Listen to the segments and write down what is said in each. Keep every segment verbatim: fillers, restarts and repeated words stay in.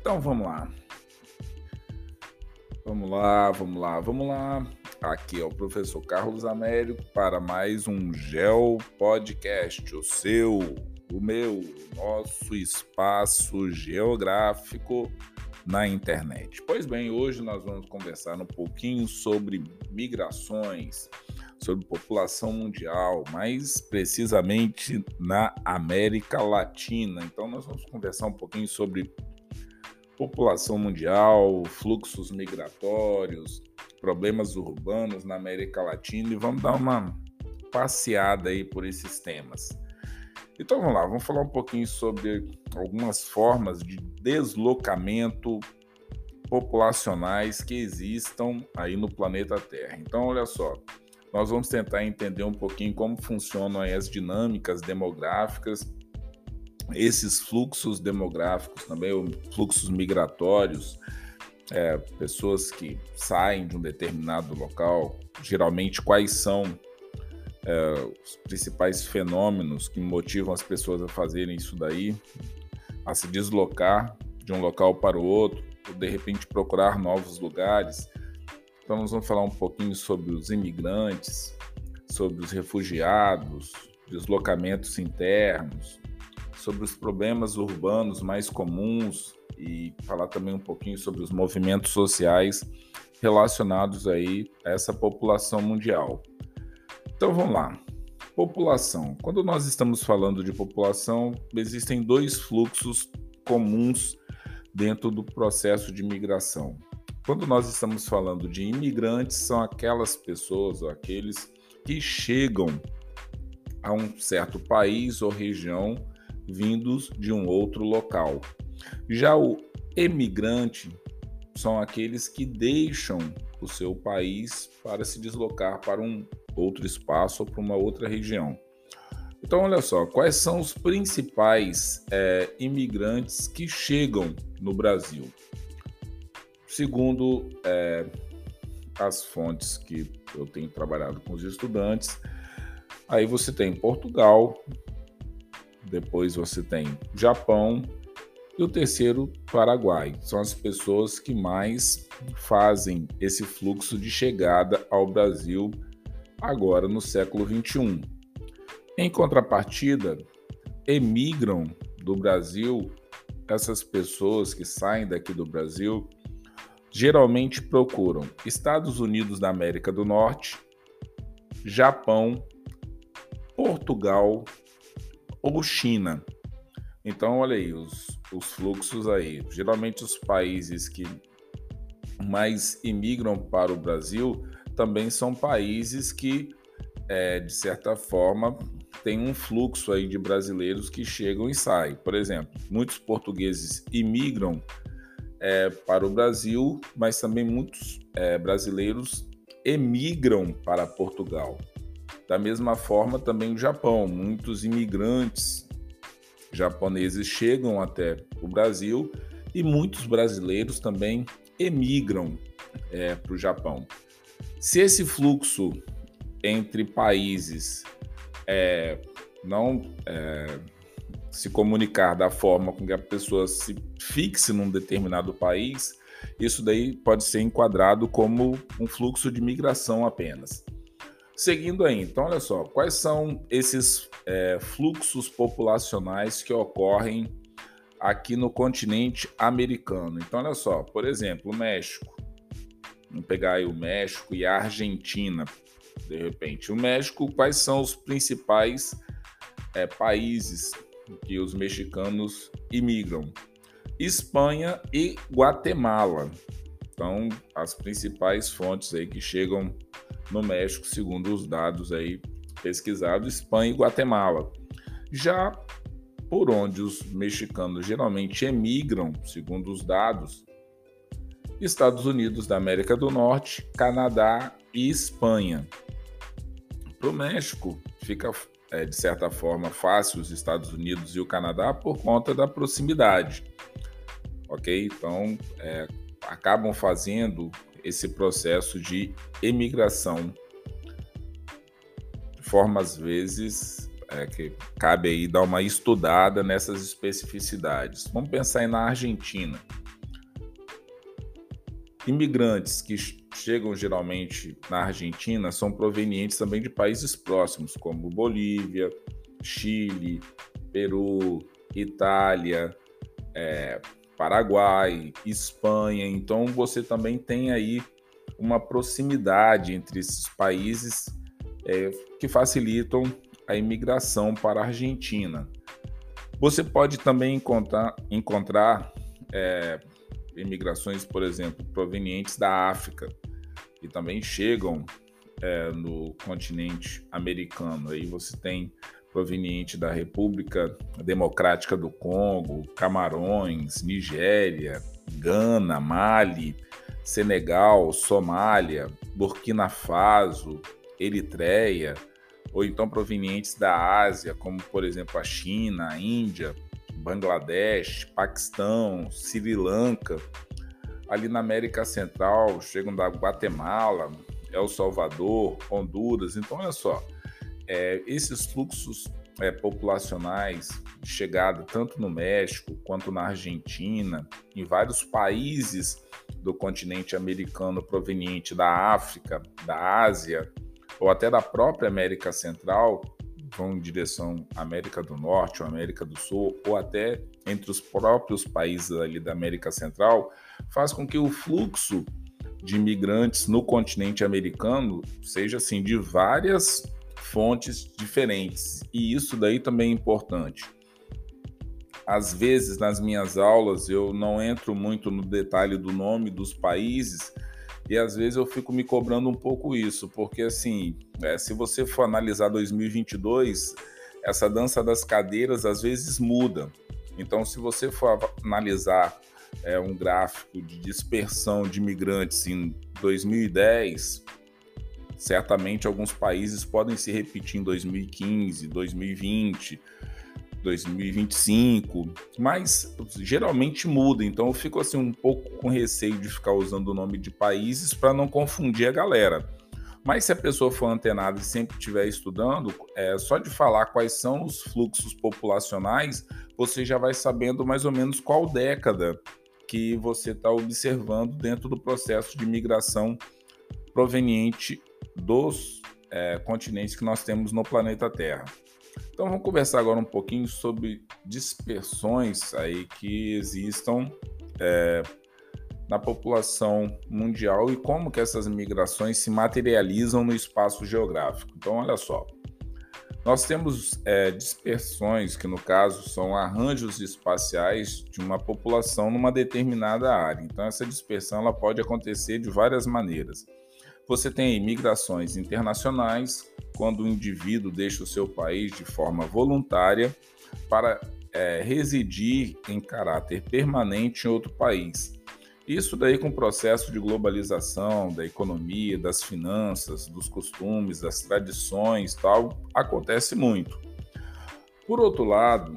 Então vamos lá. Vamos lá, vamos lá, vamos lá. Aqui é o professor Carlos Américo para mais um Geo Podcast, o seu, o meu, nosso espaço geográfico na internet. Pois bem, hoje nós vamos conversar um pouquinho sobre migrações, sobre população mundial, mais precisamente na América Latina. Então nós vamos conversar um pouquinho sobre população mundial, fluxos migratórios, problemas urbanos na América Latina e vamos dar uma passeada aí por esses temas. Então vamos lá, vamos falar um pouquinho sobre algumas formas de deslocamento populacionais que existam aí no planeta Terra. Então olha só, nós vamos tentar entender um pouquinho como funcionam aí as dinâmicas demográficas, esses fluxos demográficos também, ou fluxos migratórios, é, pessoas que saem de um determinado local, geralmente quais são é, os principais fenômenos que motivam as pessoas a fazerem isso daí, a se deslocar de um local para o outro, ou de repente procurar novos lugares. Então nós vamos falar um pouquinho sobre os imigrantes, sobre os refugiados, deslocamentos internos, sobre os problemas urbanos mais comuns e falar também um pouquinho sobre os movimentos sociais relacionados aí a essa população mundial. Então vamos lá. População. Quando nós estamos falando de população, existem dois fluxos comuns dentro do processo de migração. Quando nós estamos falando de imigrantes, são aquelas pessoas ou aqueles que chegam a um certo país ou região vindos de um outro local. Já o emigrante são aqueles que deixam o seu país para se deslocar para um outro espaço ou para uma outra região. Então, olha só, quais são os principais é, imigrantes que chegam no Brasil? Segundo é, as fontes que eu tenho trabalhado com os estudantes, aí você tem Portugal, depois você tem Japão e o terceiro, Paraguai. São as pessoas que mais fazem esse fluxo de chegada ao Brasil agora no século vinte e um. Em contrapartida, emigram do Brasil, essas pessoas que saem daqui do Brasil geralmente procuram Estados Unidos da América do Norte, Japão, Portugal ou China. Então, olha aí, os, os fluxos aí. Geralmente os países que mais imigram para o Brasil também são países que, é, de certa forma, têm um fluxo aí de brasileiros que chegam e saem. Por exemplo, muitos portugueses imigram é, para o Brasil, mas também muitos é, brasileiros emigram para Portugal. Da mesma forma, também o Japão. Muitos imigrantes japoneses chegam até o Brasil e muitos brasileiros também emigram é, para o Japão. Se esse fluxo entre países é, não é, se comunicar da forma com que a pessoa se fixe num determinado país, isso daí pode ser enquadrado como um fluxo de migração apenas. Seguindo aí, então olha só, quais são esses é, fluxos populacionais que ocorrem aqui no continente americano? Então olha só, por exemplo, o México. Vamos pegar aí o México e a Argentina, de repente. O México, quais são os principais é, países que os mexicanos imigram? Espanha e Guatemala. Então, as principais fontes aí que chegam no México, segundo os dados aí pesquisados, Espanha e Guatemala. Já por onde os mexicanos geralmente emigram, segundo os dados, Estados Unidos da América do Norte, Canadá e Espanha. Para o México, fica é, de certa forma fácil os Estados Unidos e o Canadá por conta da proximidade. Ok? Então, é, acabam fazendo esse processo de emigração de forma, às vezes, é, que cabe aí dar uma estudada nessas especificidades. Vamos pensar aí na Argentina. imigrantes que chegam geralmente na Argentina são provenientes também de países próximos, como Bolívia, Chile, Peru, Itália, é, Paraguai, Espanha. Então você também tem aí uma proximidade entre esses países é, que facilitam a imigração para a Argentina. Você pode também encontrar, encontrar é, imigrações, por exemplo, provenientes da África, que também chegam é, no continente americano. Aí você tem proveniente da República Democrática do Congo, Camarões, Nigéria, Gana, Mali, Senegal, Somália, Burkina Faso, Eritreia, ou então provenientes da Ásia, como por exemplo a China, a Índia, Bangladesh, Paquistão, Sri Lanka. Ali na América Central chegam da Guatemala, El Salvador, Honduras. Então olha só, é, esses fluxos é, populacionais de chegada tanto no México quanto na Argentina, em vários países do continente americano proveniente da África, da Ásia, ou até da própria América Central, vão em direção à América do Norte ou América do Sul, ou até entre os próprios países ali da América Central, faz com que o fluxo de imigrantes no continente americano seja assim de várias fontes diferentes. E isso daí também é importante. Às vezes, nas minhas aulas, eu não entro muito no detalhe do nome dos países, e às vezes eu fico me cobrando um pouco isso, porque assim, é, se você for analisar dois mil e vinte e dois, essa dança das cadeiras às vezes muda. Então, se você for analisar é, um gráfico de dispersão de imigrantes em dois mil e dez, certamente alguns países podem se repetir em dois mil e quinze, dois mil e vinte, dois mil e vinte e cinco, mas geralmente muda, então eu fico assim um pouco com receio de ficar usando o nome de países para não confundir a galera. Mas se a pessoa for antenada e sempre estiver estudando, é, só de falar quais são os fluxos populacionais, você já vai sabendo mais ou menos qual década que você está observando dentro do processo de migração proveniente dos é, continentes que nós temos no planeta Terra. Então vamos conversar agora um pouquinho sobre dispersões aí que existam é, na população mundial e como que essas migrações se materializam no espaço geográfico. Então olha só, nós temos é, dispersões que no caso são arranjos espaciais de uma população numa determinada área. Então essa dispersão ela pode acontecer de várias maneiras. Você tem migrações internacionais, quando o indivíduo deixa o seu país de forma voluntária para é, residir em caráter permanente em outro país. Isso daí com o processo de globalização da economia, das finanças, dos costumes, das tradições, tal, acontece muito. Por outro lado,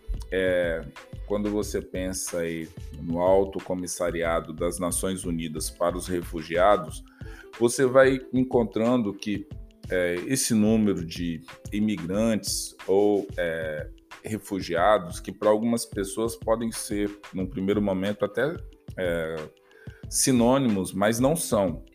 é, quando você pensa aí no Alto Comissariado das Nações Unidas para os Refugiados, você vai encontrando que é, esse número de imigrantes ou é, refugiados, que para algumas pessoas podem ser, num primeiro momento, até é, sinônimos, mas não são.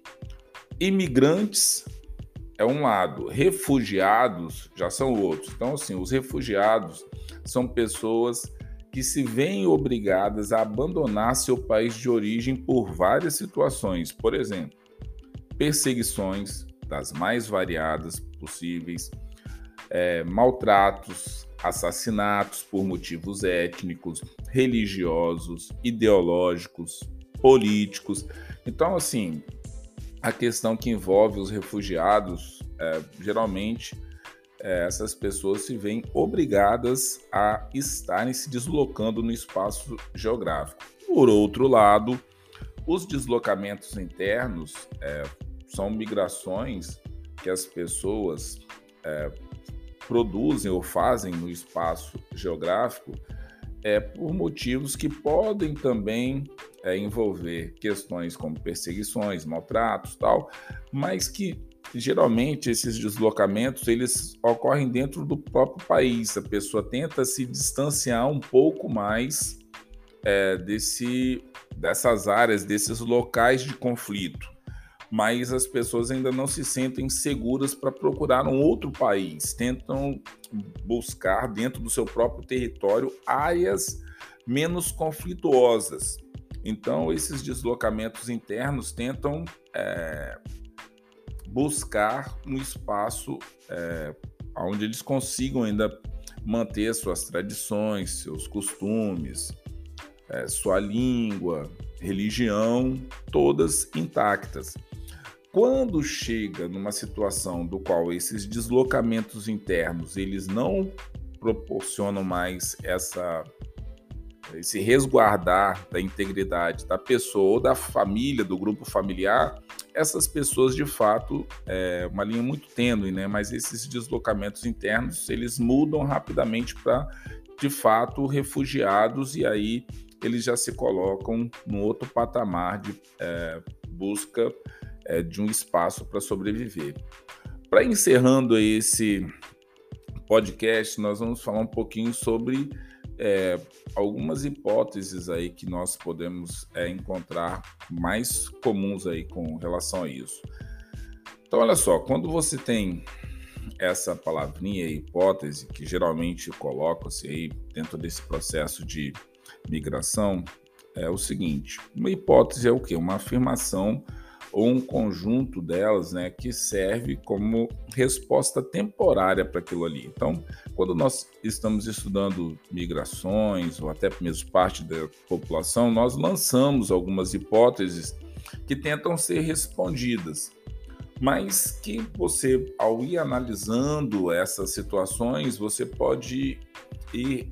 Imigrantes é um lado, refugiados já são outros. Então, assim, os refugiados são pessoas que se veem obrigadas a abandonar seu país de origem por várias situações. Por exemplo, perseguições das mais variadas possíveis, é, maltratos, assassinatos por motivos étnicos, religiosos, ideológicos, políticos. Então, assim, a questão que envolve os refugiados, é, geralmente, é, essas pessoas se veem obrigadas a estarem se deslocando no espaço geográfico. Por outro lado, os deslocamentos internos é, são migrações que as pessoas é, produzem ou fazem no espaço geográfico é, por motivos que podem também é, envolver questões como perseguições, maltratos, tal, mas que geralmente esses deslocamentos eles ocorrem dentro do próprio país. A pessoa tenta se distanciar um pouco mais é, desse dessas áreas, desses locais de conflito, mas as pessoas ainda não se sentem seguras para procurar um outro país, tentam buscar dentro do seu próprio território áreas menos conflituosas. Então, esses deslocamentos internos tentam é, buscar um espaço é, onde eles consigam ainda manter suas tradições, seus costumes, é, sua língua, religião, todas intactas. Quando chega numa situação do qual esses deslocamentos internos eles não proporcionam mais essa, esse resguardar da integridade da pessoa ou da família, do grupo familiar, essas pessoas de fato, é uma linha muito tênue, né? Mas esses deslocamentos internos eles mudam rapidamente para de fato refugiados, e aí eles já se colocam no outro patamar de é, busca é, de um espaço para sobreviver. Para encerrando esse podcast, nós vamos falar um pouquinho sobre é, algumas hipóteses aí que nós podemos é, encontrar mais comuns aí com relação a isso. Então, olha só, quando você tem essa palavrinha hipótese, que geralmente coloca-se aí dentro desse processo de migração, é o seguinte: uma hipótese é o quê? Uma afirmação ou um conjunto delas, né, que serve como resposta temporária para aquilo ali. Então, quando nós estamos estudando migrações ou até mesmo parte da população, nós lançamos algumas hipóteses que tentam ser respondidas, mas que você, ao ir analisando essas situações, você pode ir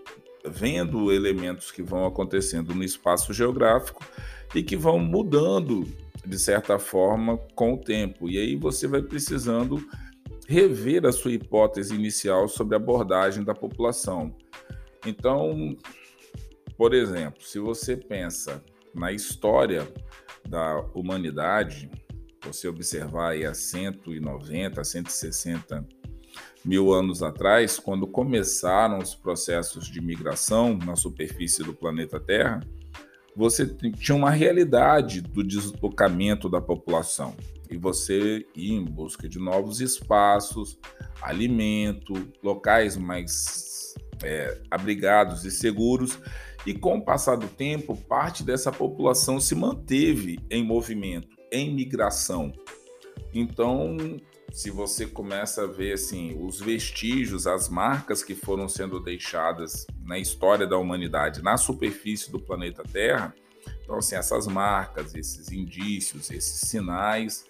vendo elementos que vão acontecendo no espaço geográfico e que vão mudando de certa forma com o tempo, e aí você vai precisando rever a sua hipótese inicial sobre a abordagem da população. Então, por exemplo, se você pensa na história da humanidade, você observar aí há cento e noventa, cento e sessenta mil anos atrás, quando começaram os processos de migração na superfície do planeta Terra, você tinha uma realidade do deslocamento da população e você ia em busca de novos espaços, alimento, locais mais é, abrigados e seguros, e com o passar do tempo, parte dessa população se manteve em movimento, em migração. Então, se você começa a ver assim, os vestígios, as marcas que foram sendo deixadas na história da humanidade, na superfície do planeta Terra, então assim, essas marcas, esses indícios, esses sinais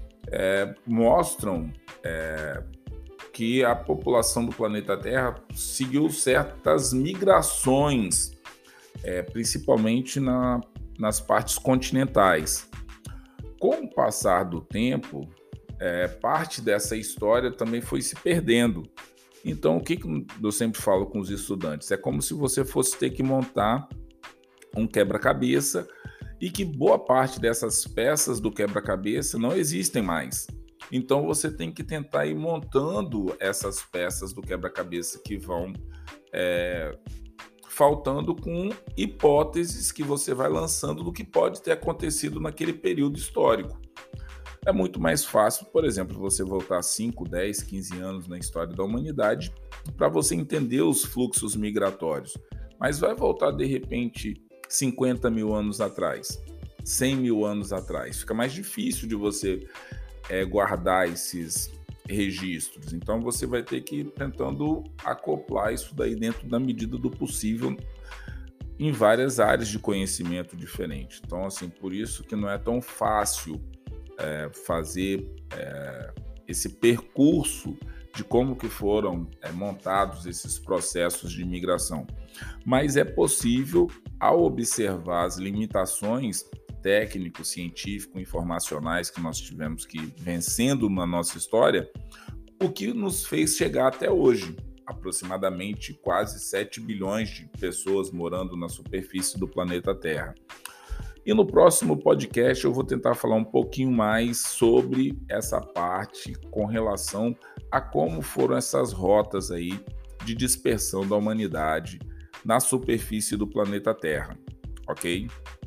é, mostram é, que a população do planeta Terra seguiu certas migrações, é, principalmente na, nas partes continentais. Com o passar do tempo, É, parte dessa história também foi se perdendo. Então, o que eu sempre falo com os estudantes? É como se você fosse ter que montar um quebra-cabeça e que boa parte dessas peças do quebra-cabeça não existem mais. Então, você tem que tentar ir montando essas peças do quebra-cabeça que vão é, faltando, com hipóteses que você vai lançando do que pode ter acontecido naquele período histórico. É muito mais fácil, por exemplo, você voltar cinco, dez, quinze anos na história da humanidade para você entender os fluxos migratórios. Mas vai voltar, de repente, cinquenta mil anos atrás, cem mil anos atrás. Fica mais difícil de você é, guardar esses registros. Então, você vai ter que ir tentando acoplar isso daí dentro da medida do possível em várias áreas de conhecimento diferentes. Então, assim, por isso que não é tão fácil É, fazer é, esse percurso de como que foram é, montados esses processos de migração. Mas é possível, ao observar as limitações técnicos, científicos, informacionais que nós tivemos que ir vencendo na nossa história, o que nos fez chegar até hoje. Aproximadamente quase sete bilhões de pessoas morando na superfície do planeta Terra. E no próximo podcast eu vou tentar falar um pouquinho mais sobre essa parte com relação a como foram essas rotas aí de dispersão da humanidade na superfície do planeta Terra, ok?